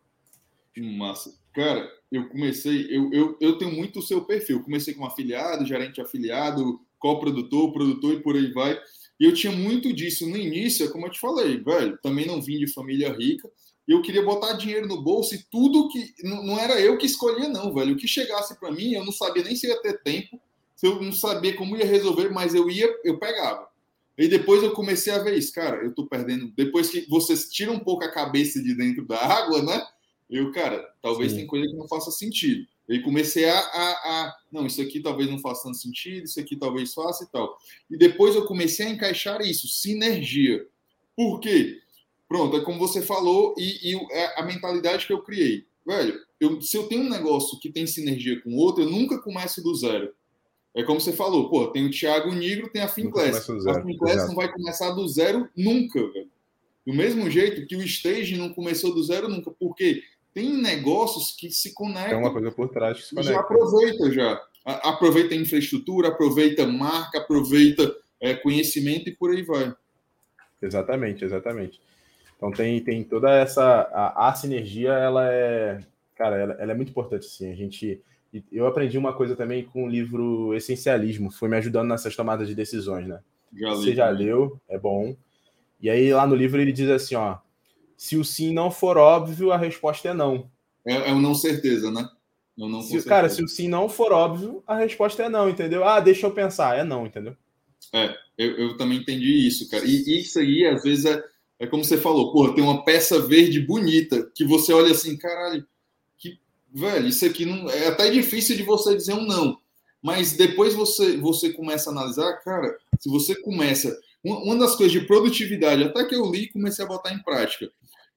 Massa. Cara, eu comecei, eu, eu, eu tenho muito o seu perfil. Eu comecei como afiliado, gerente afiliado, coprodutor, produtor e por aí vai. E eu tinha muito disso no início, é como eu te falei, velho, também não vim de família rica. E eu queria botar dinheiro no bolso e tudo que. Não, não era eu que escolhia, não, velho. O que chegasse para mim, eu não sabia nem se ia ter tempo, se eu não sabia como ia resolver, mas eu ia, eu pegava. E depois eu comecei a ver isso, cara, eu tô perdendo. Depois que vocês tiram um pouco a cabeça de dentro da água, né? Eu, cara, talvez Sim. tem coisa que não faça sentido. E comecei a, a, a. Não, isso aqui talvez não faça tanto sentido, isso aqui talvez faça e tal. E depois eu comecei a encaixar isso, sinergia. Por quê? Pronto, é como você falou, e, e a mentalidade que eu criei. Velho, eu, se eu tenho um negócio que tem sinergia com outro, eu nunca começo do zero. É como você falou, pô, tem o Thiago Nigro, tem a Nunca Finclass. começa do A zero. Finclass Exato. não vai começar do zero nunca, velho. Do mesmo jeito que o Stage não começou do zero nunca, porque tem negócios que se Tem uma conectam coisa por trás que se e já conecta. aproveita já. A- aproveita a infraestrutura, aproveita marca, aproveita é, conhecimento e por aí vai. Exatamente, exatamente. Então tem, tem toda essa. A, a sinergia, ela é. Cara, ela, ela é muito importante, sim. A gente. Eu aprendi uma coisa também com o livro Essencialismo, foi me ajudando nessas tomadas de decisões, né? Já Você li já também. leu, é bom. E aí lá no livro ele diz assim, ó, se o sim não for óbvio, a resposta é não. É, é um não certeza, né? É um não com Se, cara, se certeza. o sim não for óbvio, a resposta é não, entendeu? Ah, deixa eu pensar, é não, entendeu? É, eu, eu também entendi isso, cara. E, e isso aí, às vezes, é, é como você falou, pô, tem uma peça verde bonita que você olha assim, caralho, que, velho, isso aqui não. É até difícil de você dizer um não. Mas depois você, você começa a analisar, cara, se você começa. Uma, uma das coisas de produtividade, até que eu li e comecei a botar em prática.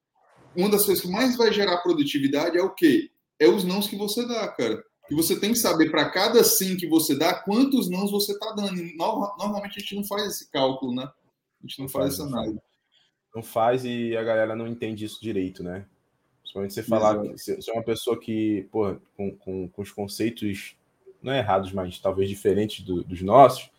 Uma das coisas que mais vai gerar produtividade é o quê? É os nãos que você dá, cara. Que você tem que saber para cada sim que você dá, quantos nãos você está dando. E no- normalmente a gente não faz esse cálculo, né? A gente não Não faz faz, essa não faz. análise. Não faz e a galera não entende isso direito, né? Principalmente você falar que Exato. você é uma pessoa que, pô, com, com, com os conceitos, não é errados, mas talvez diferentes do, dos nossos,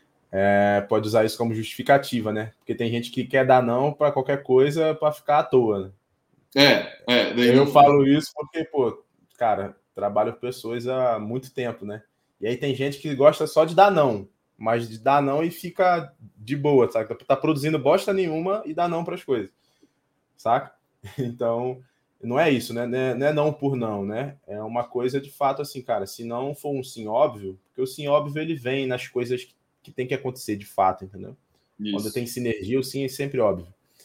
é, pode usar isso como justificativa, né? Porque tem gente que quer dar não para qualquer coisa para ficar à toa, né? É, é, daí Eu não. falo isso porque, pô, cara, trabalho com pessoas há muito tempo, né? E aí tem gente que gosta só de dar não, mas de dar não e fica de boa, sabe? Tá produzindo bosta nenhuma e dá não para as coisas, saca? Então, não é isso, né? Não é, não é não por não, né? É uma coisa de fato assim, cara, se não for um sim óbvio, porque o sim óbvio ele vem nas coisas que, que tem que acontecer de fato, entendeu? Quando Isso. tem sinergia, o sim é sempre óbvio.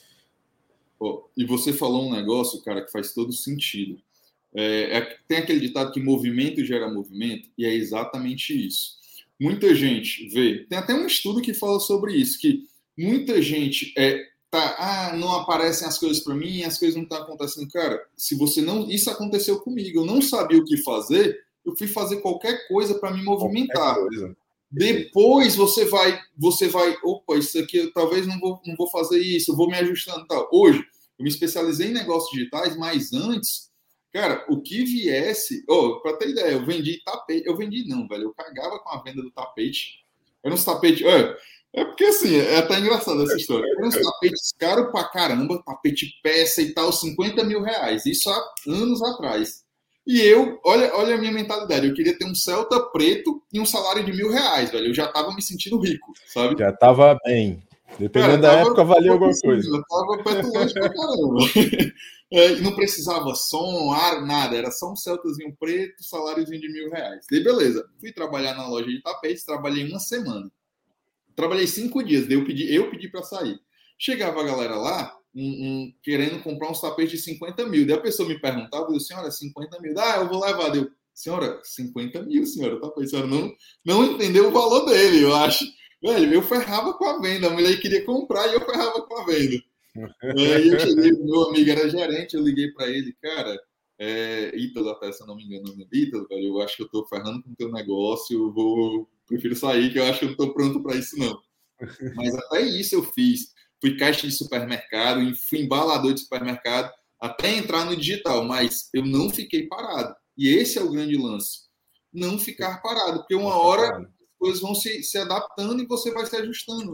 Ó, e você falou um negócio, cara, que faz todo sentido. É, é, tem aquele ditado que movimento gera movimento, e é exatamente isso. Muita gente vê, tem até um estudo que fala sobre isso, que muita gente é, tá, ah, não aparecem as coisas para mim, as coisas não estão acontecendo. Cara, se você não. Isso aconteceu comigo, eu não sabia o que fazer, eu fui fazer qualquer coisa para me Qualquer movimentar. coisa. Perfeito. Depois você vai, você vai, opa, isso aqui eu talvez não vou, não vou fazer isso, eu vou me ajustando, tal. Hoje eu me especializei em negócios digitais, mas antes, cara, o que viesse, oh, para ter ideia, eu vendi tapete, eu vendi não, velho, eu cagava com a venda do tapete. Era uns tapetes, é, é porque assim, é até engraçado essa história. Eram uns tapetes caros pra caramba, tapete peça e tal, cinquenta mil reais, isso há anos atrás. E eu, olha, olha a minha mentalidade, eu queria ter um Celta preto e um salário de mil reais, velho. Eu já tava me sentindo rico, sabe? Já tava bem. Dependendo Cara, da tava época, valia pouco em alguma coisa. cima, tava petulante pra caramba. É, não precisava som, ar, nada. Era só um Celtazinho preto, saláriozinho de mil reais. Daí, beleza. Fui trabalhar na loja de tapetes, trabalhei uma semana. Trabalhei cinco dias, daí eu pedi, eu pedi para sair. Chegava a galera lá, um, um, querendo comprar uns tapetes de cinquenta mil. Daí a pessoa me perguntava, eu, senhora, cinquenta mil. Ah, eu vou levar. Deu, senhora, cinquenta mil, senhora. Tá pensando, não, não entendeu o valor dele, eu acho. Velho, eu ferrava com a venda. A mulher queria comprar e eu ferrava com a venda. Aí eu cheguei, meu amigo era gerente, eu liguei para ele, cara, é, Ítalo, até se eu não me engano, não é Ítalo, velho, eu acho que eu tô ferrando com o teu negócio, eu vou, prefiro sair, que eu acho que eu não tô pronto para isso, não. Mas até isso eu fiz. Fui caixa de supermercado, fui embalador de supermercado, até entrar no digital, mas eu não fiquei parado. E esse é o grande lance. Não ficar parado, porque Não uma ficar hora parado. as coisas vão se, se adaptando e você vai se ajustando, né?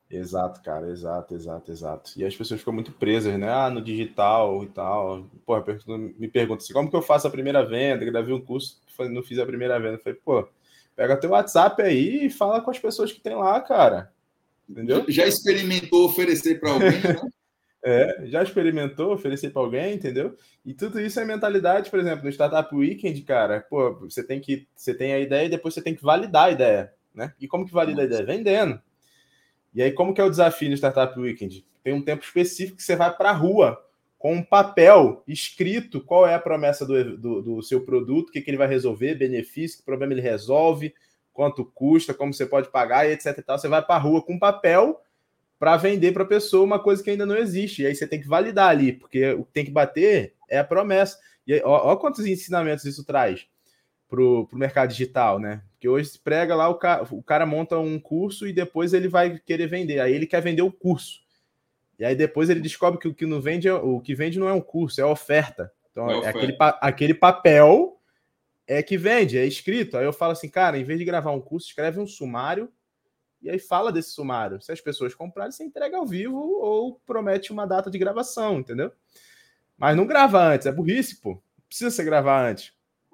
Exato, cara, exato, exato, exato. E as pessoas ficam muito presas, né? Ah, no digital e tal. Pô, me pergunta assim, como que eu faço a primeira venda? Gravei um curso, não fiz a primeira venda. Eu falei, pô, pega teu WhatsApp aí e fala com as pessoas que tem lá, cara. Entendeu? Já experimentou oferecer para alguém, né? É, já experimentou oferecer para alguém, entendeu? E tudo isso é mentalidade, por exemplo, no Startup Weekend, cara, pô, você tem que, você tem a ideia e depois você tem que validar a ideia, né? E como que valida a ideia? Vendendo. E aí, como que é o desafio no Startup Weekend? Tem um tempo específico que você vai para a rua com um papel escrito qual é a promessa do, do, do seu produto, o que, que ele vai resolver, benefício, que problema ele resolve, quanto custa, como você pode pagar, e etc e tal. Você vai para a rua com papel para vender para a pessoa uma coisa que ainda não existe. E aí você tem que validar ali, porque o que tem que bater é a promessa. E aí, ó, ó quantos ensinamentos isso traz para o mercado digital, né? Porque hoje se prega lá, o cara, o cara monta um curso e depois ele vai querer vender. Aí ele quer vender o curso. E aí depois ele descobre que o que não vende, o que vende não é um curso, é a oferta. Então, é, é aquele, aquele papel é que vende, é escrito. Aí eu falo assim, cara, em vez de gravar um curso, escreve um sumário e aí fala desse sumário. Se as pessoas comprarem, você entrega ao vivo ou promete uma data de gravação, entendeu? Mas não grava antes, é burrice, pô. Não precisa ser gravar antes.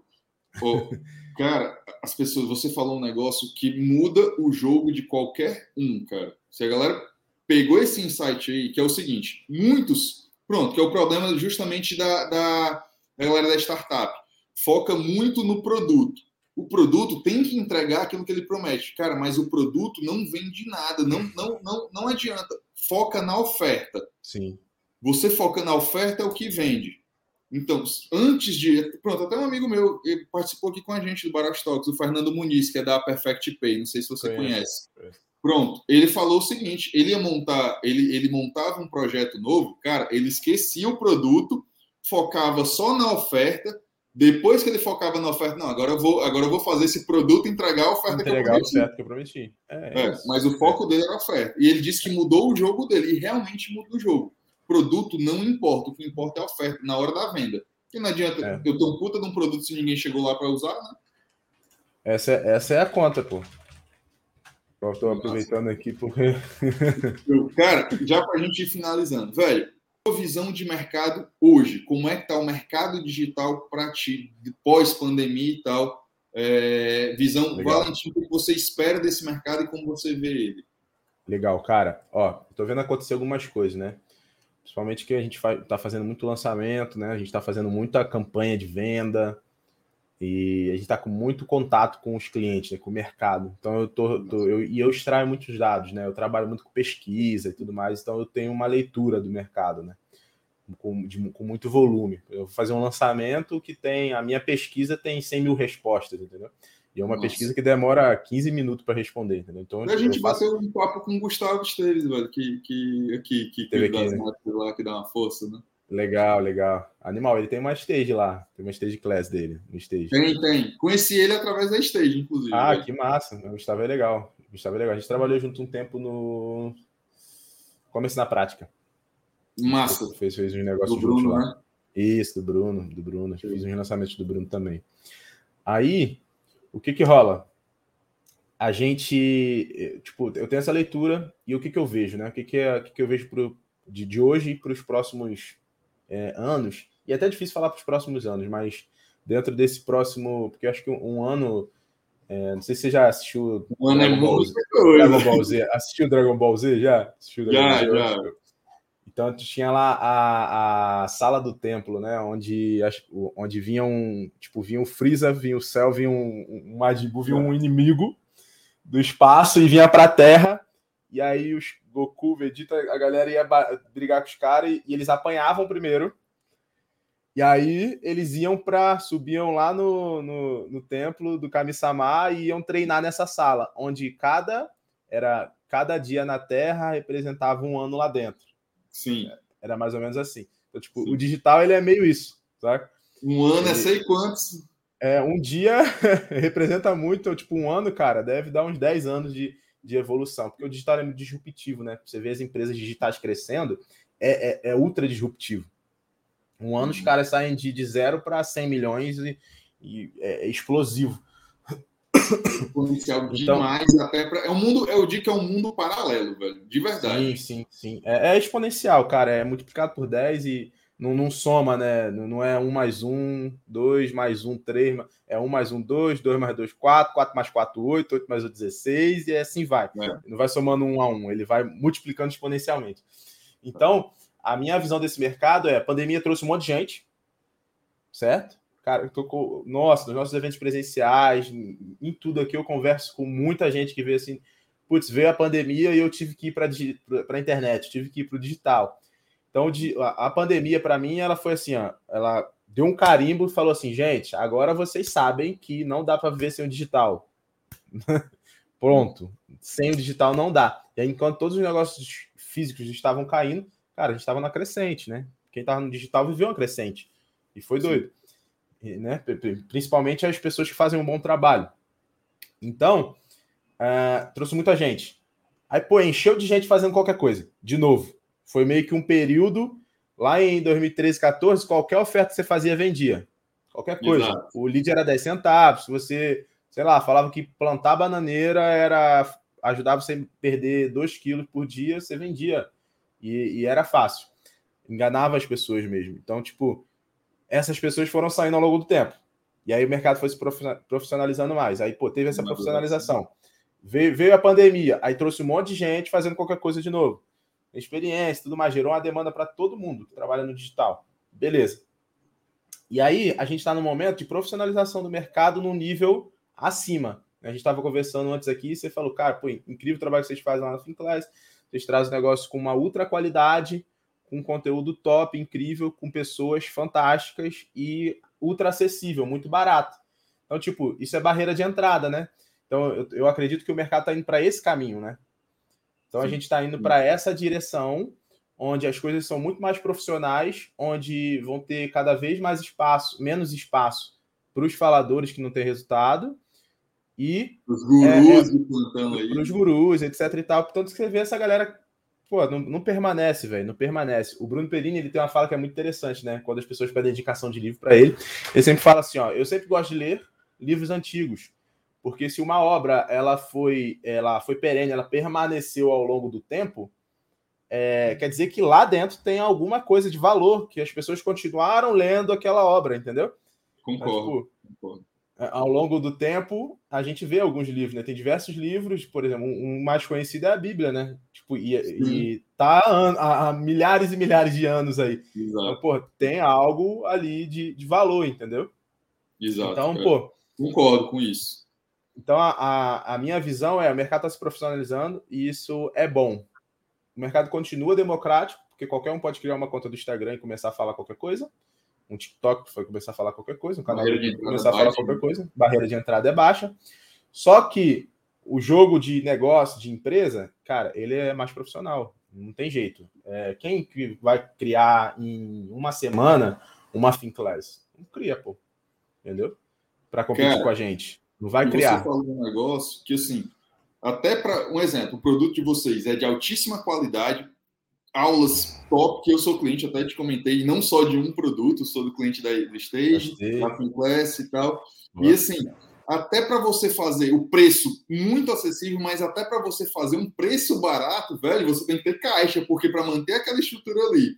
Oh, cara, as pessoas, você falou um negócio que muda o jogo de qualquer um, cara. Se a galera pegou esse insight aí, que é o seguinte, muitos, pronto, que é o problema justamente da, da, da galera da startup, foca muito no produto. O produto tem que entregar aquilo que ele promete. Cara, mas o produto não vende nada, não, não, não, não adianta. Foca na oferta. Sim. Você foca na oferta é o que vende. Então, antes de... Pronto, até um amigo meu ele participou aqui com a gente do Barack Talks, o Fernando Muniz, que é da Perfect Pay, não sei se você conhece. conhece. Pronto, ele falou o seguinte, ele ia montar, ele, ele montava um projeto novo, cara, ele esquecia o produto, focava só na oferta, depois que ele focava na oferta, não, agora eu vou, agora eu vou fazer esse produto entregar a oferta entregar que eu prometi. Entregar a oferta que eu prometi. É, é, mas o foco é. dele era a oferta. E ele disse que mudou o jogo dele, e realmente mudou o jogo. Produto não importa, o que importa é a oferta na hora da venda. Porque não adianta é. eu ter um puta de um produto se ninguém chegou lá para usar, né? Essa, essa é a conta, pô. Eu tô aproveitando aqui porque... Cara, já para a gente ir finalizando, velho, a visão de mercado hoje, como é que tá o mercado digital para ti, pós-pandemia e tal? É, visão, Legal. Valentim, o que você espera desse mercado e como você vê ele? Legal, cara. Ó, tô vendo acontecer algumas coisas, né? Principalmente que a gente está fazendo muito lançamento, né? A gente está fazendo muita campanha de venda e a gente está com muito contato com os clientes, né? Com o mercado. Então eu tô, tô eu, e eu extraio muitos dados, né? Eu trabalho muito com pesquisa e tudo mais, então eu tenho uma leitura do mercado, né? Com, de, com muito volume. Eu vou fazer um lançamento que tem a minha pesquisa tem cem mil respostas, entendeu? E é uma Nossa. pesquisa que demora quinze minutos para responder, entendeu? Então, a gente faço... bateu um papo com o Gustavo Esteves, velho, que, que, que, que Teve cuida aqui, das né? marcas lá, que dá uma força, né? Legal, legal. Animal, ele tem uma stage lá, tem uma stage class dele, no stage. Tem, tem. Conheci ele através da stage, inclusive. Ah, velho. que massa. O Gustavo é legal. O Gustavo é legal. A gente trabalhou junto um tempo no Comércio na Prática. Massa. Fez, fez um negócio do junto Bruno, lá. Né? Isso, do Bruno, do Bruno. Sim. Fiz um lançamento do Bruno também. Aí, o que que rola? A gente, tipo, eu tenho essa leitura e o que que eu vejo, né? O que que, é, o que, que eu vejo pro, de, de hoje para os próximos é, anos, e é até difícil falar para os próximos anos, mas dentro desse próximo, porque eu acho que um, um ano, é, não sei se você já assistiu um ano Dragon, é Ball, Dragon Ball Z, assistiu Dragon Ball Z já? Assistiu Dragon já, Ball Z? já. Então, tu tinha lá a, a sala do templo, né? Onde, onde vinha um, tipo, vinha o Freeza, vinha o Cell, vinha um, um Majin Buu, vinha um inimigo do espaço e vinha pra Terra. E aí os Goku, Vegeta, a galera ia brigar com os caras e, e eles apanhavam primeiro. E aí eles iam para subiam lá no, no, no templo do Kami-sama e iam treinar nessa sala, onde cada era cada dia na Terra representava um ano lá dentro. Sim. Era mais ou menos assim. Então, tipo, Sim. o digital ele é meio isso, sabe? Um ano ele, é sei quantos. É, um dia representa muito, tipo, um ano, cara, deve dar uns dez anos de, de evolução, porque o digital é muito disruptivo, né? Você vê as empresas digitais crescendo, é, é, é ultra disruptivo. Um ano uhum. os caras saem de, de zero para cem milhões e, e é, é explosivo. Exponencial Então, demais, até pra... é um mundo, eu digo que é um mundo paralelo, velho, de verdade. sim, sim, sim. É, é exponencial, cara. É multiplicado por dez e não, não soma, né? Não, não é um mais um, dois mais um, três. É um mais um, dois, dois mais dois, quatro, quatro mais quatro, oito, oito mais um, dezesseis, e assim vai. É. Não vai somando um a um, ele vai multiplicando exponencialmente. Então, a minha visão desse mercado é: a pandemia trouxe um monte de gente, certo? Cara, eu tô com. Nossa, nos nossos eventos presenciais, em, em tudo aqui, eu converso com muita gente que vê assim. Putz, veio a pandemia e eu tive que ir para a internet, tive que ir para o digital. Então, a, a pandemia, para mim, ela foi assim: ó, ela deu um carimbo e falou assim, gente, agora vocês sabem que não dá para viver sem o digital. Pronto. Sem o digital não dá. E aí, enquanto todos os negócios físicos estavam caindo, cara, a gente estava na crescente, né? Quem estava no digital viveu uma crescente. E foi doido. E, né? Principalmente as pessoas que fazem um bom trabalho. Então, uh, trouxe muita gente. Aí, pô, encheu de gente fazendo qualquer coisa. De novo. Foi meio que um período, lá em dois mil e treze, quatorze, qualquer oferta que você fazia, vendia. Qualquer coisa. Exato. O lead era dez centavos. Se você, sei lá, falava que plantar bananeira era ajudava você a perder dois quilos por dia, você vendia. E, e era fácil. Enganava as pessoas mesmo. Então, tipo, essas pessoas foram saindo ao longo do tempo. E aí o mercado foi se profissionalizando mais. Aí, pô, teve essa profissionalização. Veio, veio a pandemia, aí trouxe um monte de gente fazendo qualquer coisa de novo. Experiência, tudo mais, gerou uma demanda para todo mundo que trabalha no digital. Beleza. E aí, a gente está no momento de profissionalização do mercado num nível acima. A gente estava conversando antes aqui, e você falou, cara, pô, incrível o trabalho que vocês fazem lá na Finclass, vocês trazem o negócio com uma ultra qualidade, com conteúdo top, incrível, com pessoas fantásticas e ultra acessível, muito barato. Então, tipo, isso é barreira de entrada, né? Então, eu, eu acredito que o mercado está indo para esse caminho, né? Então, sim, a gente está indo para essa direção, onde as coisas são muito mais profissionais, onde vão ter cada vez mais espaço, menos espaço para os faladores que não têm resultado e os gurus é, é, do plantão aí. Para os gurus, etc e tal. Portanto, você vê essa galera, pô, não, não permanece, velho, não permanece. O Bruno Perini, ele tem uma fala que é muito interessante, né? Quando as pessoas pedem indicação de livro para ele, ele sempre fala assim, ó, eu sempre gosto de ler livros antigos, porque se uma obra ela foi, ela foi perene, ela permaneceu ao longo do tempo, é, quer dizer que lá dentro tem alguma coisa de valor, que as pessoas continuaram lendo aquela obra, entendeu? Concordo, então, tipo, concordo. Ao longo do tempo, a gente vê alguns livros, né? Tem diversos livros, por exemplo, um mais conhecido é a Bíblia, né? Tipo, e, e tá há, há milhares e milhares de anos aí. Exato. Então, pô, tem algo ali de, de valor, entendeu? Exato. Então, cara. pô... Concordo com isso. Então, a, a, a minha visão é, o mercado está se profissionalizando e isso é bom. O mercado continua democrático, porque qualquer um pode criar uma conta do Instagram e começar a falar qualquer coisa. Um TikTok foi começar a falar qualquer coisa, um canal do YouTube começar a falar baixa, qualquer coisa. Barreira de entrada é baixa. Só que o jogo de negócio, de empresa, cara, ele é mais profissional. Não tem jeito. É, quem vai criar em uma semana uma Finclass? Não cria, pô. Entendeu? Para competir cara, com a gente. Não vai criar. Você falou um negócio que, assim, até para um exemplo, o produto de vocês é de altíssima qualidade, aulas top, que eu sou cliente, até te comentei, não só de um produto, sou do cliente da do Stage, da Finclass e tal. Nossa. E assim, até para você fazer o preço muito acessível, mas até para você fazer um preço barato, velho, você tem que ter caixa, porque para manter aquela estrutura ali,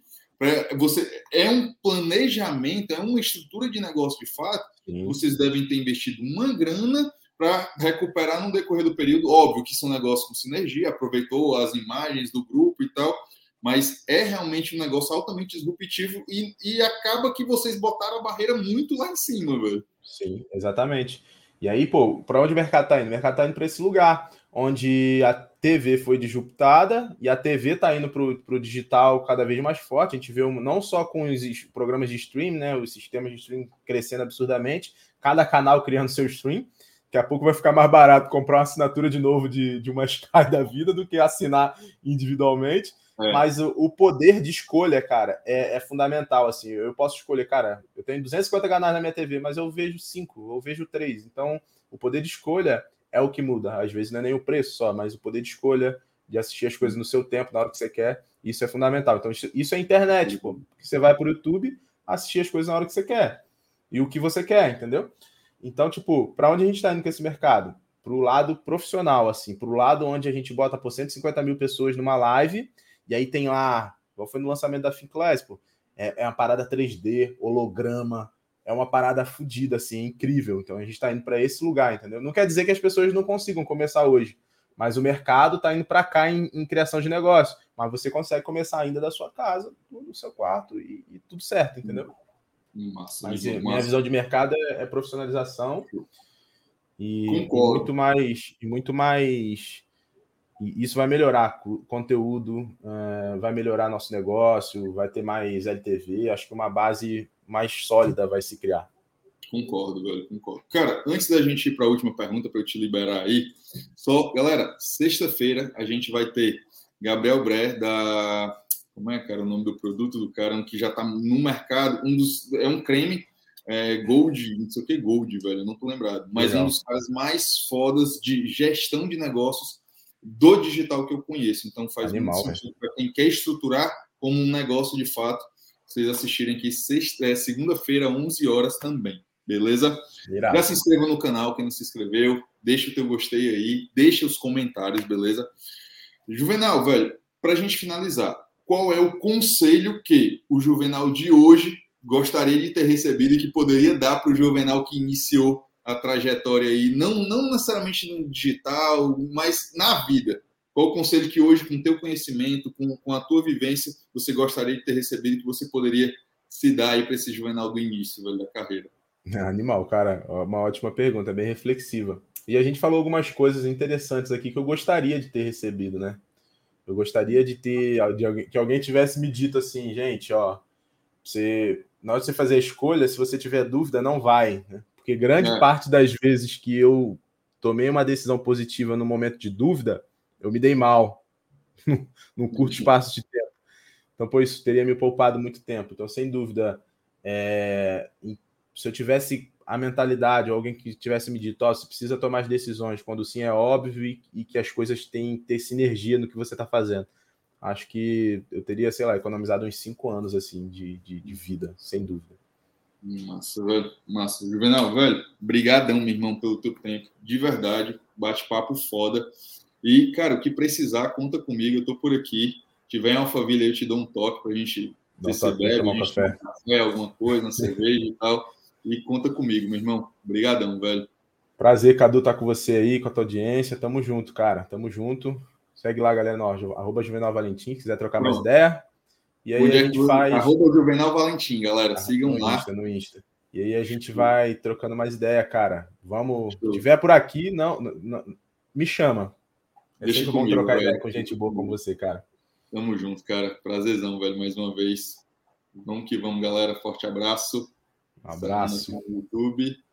você é um planejamento, é uma estrutura de negócio de fato, sim, vocês devem ter investido uma grana para recuperar no decorrer do período. Óbvio que são negócios com sinergia, aproveitou as imagens do grupo e tal, mas é realmente um negócio altamente disruptivo e, e acaba que vocês botaram a barreira muito lá em cima, velho. Sim, exatamente. E aí, pô, para onde o mercado tá indo? O mercado tá indo para esse lugar, onde a T V foi disruptada e a T V tá indo pro, pro digital cada vez mais forte. A gente vê um, não só com os programas de stream, né, os sistemas de stream crescendo absurdamente, cada canal criando seu stream. Daqui a pouco vai ficar mais barato comprar uma assinatura de novo de, de uma Sky da vida do que assinar individualmente. É. Mas o, o poder de escolha, cara, é, é fundamental, assim. Eu posso escolher, cara, eu tenho duzentos e cinquenta canais na minha T V, mas eu vejo cinco, eu vejo três. Então, o poder de escolha é o que muda. Às vezes não é nem o preço só, mas o poder de escolha de assistir as coisas no seu tempo, na hora que você quer, isso é fundamental. Então, isso, isso é internet, pô. Você vai pro YouTube, assistir as coisas na hora que você quer. E o que você quer, entendeu? Então, tipo, para onde a gente tá indo com esse mercado? pro lado profissional, assim, pro lado onde a gente bota por cento e cinquenta mil pessoas numa live, e aí tem lá, igual foi no lançamento da FinClass, pô, é, é uma parada três D, holograma, é uma parada fodida, assim, é incrível. Então a gente tá indo para esse lugar, entendeu? Não quer dizer que as pessoas não consigam começar hoje, mas o mercado tá indo para cá em, em criação de negócio, mas você consegue começar ainda da sua casa, no seu quarto, e, e tudo certo, entendeu? Massa, Mas João, minha massa. visão de mercado é, é profissionalização e, e Concordo. muito mais e muito mais e isso vai melhorar o conteúdo, uh, vai melhorar nosso negócio, vai ter mais L T V, acho que uma base mais sólida vai se criar. Concordo, velho, concordo. Cara, antes da gente ir para a última pergunta, para eu te liberar aí, só, galera, sexta-feira a gente vai ter Gabriel Bré, da... Como é, cara, o nome do produto do cara, um que já está no mercado, um dos... É um creme é, Gold, não sei o que Gold, velho, eu não tô lembrado, mas Legal. Um dos caras mais fodas de gestão de negócios do digital que eu conheço. Então faz Animal, muito sentido para quem quer estruturar como um negócio de fato, vocês assistirem aqui sexta, é, segunda-feira, onze horas também. Beleza? Irado. Já se inscreva no canal, quem não se inscreveu. Deixa o teu gostei aí. Deixa os comentários, beleza? Juvenal, velho, pra gente finalizar, qual é o conselho que o Juvenal de hoje gostaria de ter recebido e que poderia dar para o Juvenal que iniciou a trajetória aí, não, não necessariamente no digital, mas na vida? Qual o conselho que hoje, com o teu conhecimento, com, com a tua vivência, você gostaria de ter recebido e que você poderia se dar aí para esse Juvenal do início, velho, da carreira? Animal, cara, uma ótima pergunta, bem reflexiva. E a gente falou algumas coisas interessantes aqui que eu gostaria de ter recebido, né? Eu gostaria de ter, de alguém, que alguém tivesse me dito assim, gente, ó, você, na hora de você fazer a escolha, se você tiver dúvida, não vai, né? Porque grande é. parte das vezes que eu tomei uma decisão positiva no momento de dúvida, eu me dei mal num curto espaço de tempo. Então, por isso, teria me poupado muito tempo. Então, sem dúvida, é, se eu tivesse a mentalidade, ou alguém que tivesse me dito, ó, você precisa tomar as decisões quando sim é óbvio e, e que as coisas têm que ter sinergia no que você está fazendo. Acho que eu teria, sei lá, economizado uns cinco anos, assim, de, de, de vida, sem dúvida. Massa, velho. Massa. Juvenal, velho, brigadão, meu irmão, pelo teu tempo. De verdade, bate-papo foda. E, cara, o que precisar, conta comigo, eu tô por aqui. Se tiver em Alphaville, eu te dou um toque pra gente ver se bebe, tomar um café. café, alguma coisa, uma cerveja e tal. E conta comigo, meu irmão. Brigadão, velho. Prazer, Cadu, estar tá com você aí, com a tua audiência. Tamo junto, cara. Tamo junto. Segue lá, galera, no arroba Juvenal Valentim, quiser trocar Pronto. mais ideia. E aí Onde a é gente que... faz... Arroba Juvenal Valentim, galera. Ah, sigam no lá. Insta, no Insta. E aí a gente vai trocando mais ideia, cara. Vamos... Se tiver por aqui, não, não... me chama. É Deixa sempre comigo, bom trocar velho. ideia com gente boa como você, cara. Tamo junto, cara. Prazerzão, velho, mais uma vez. Vamos que vamos, galera. Forte abraço. Um abraço. No YouTube.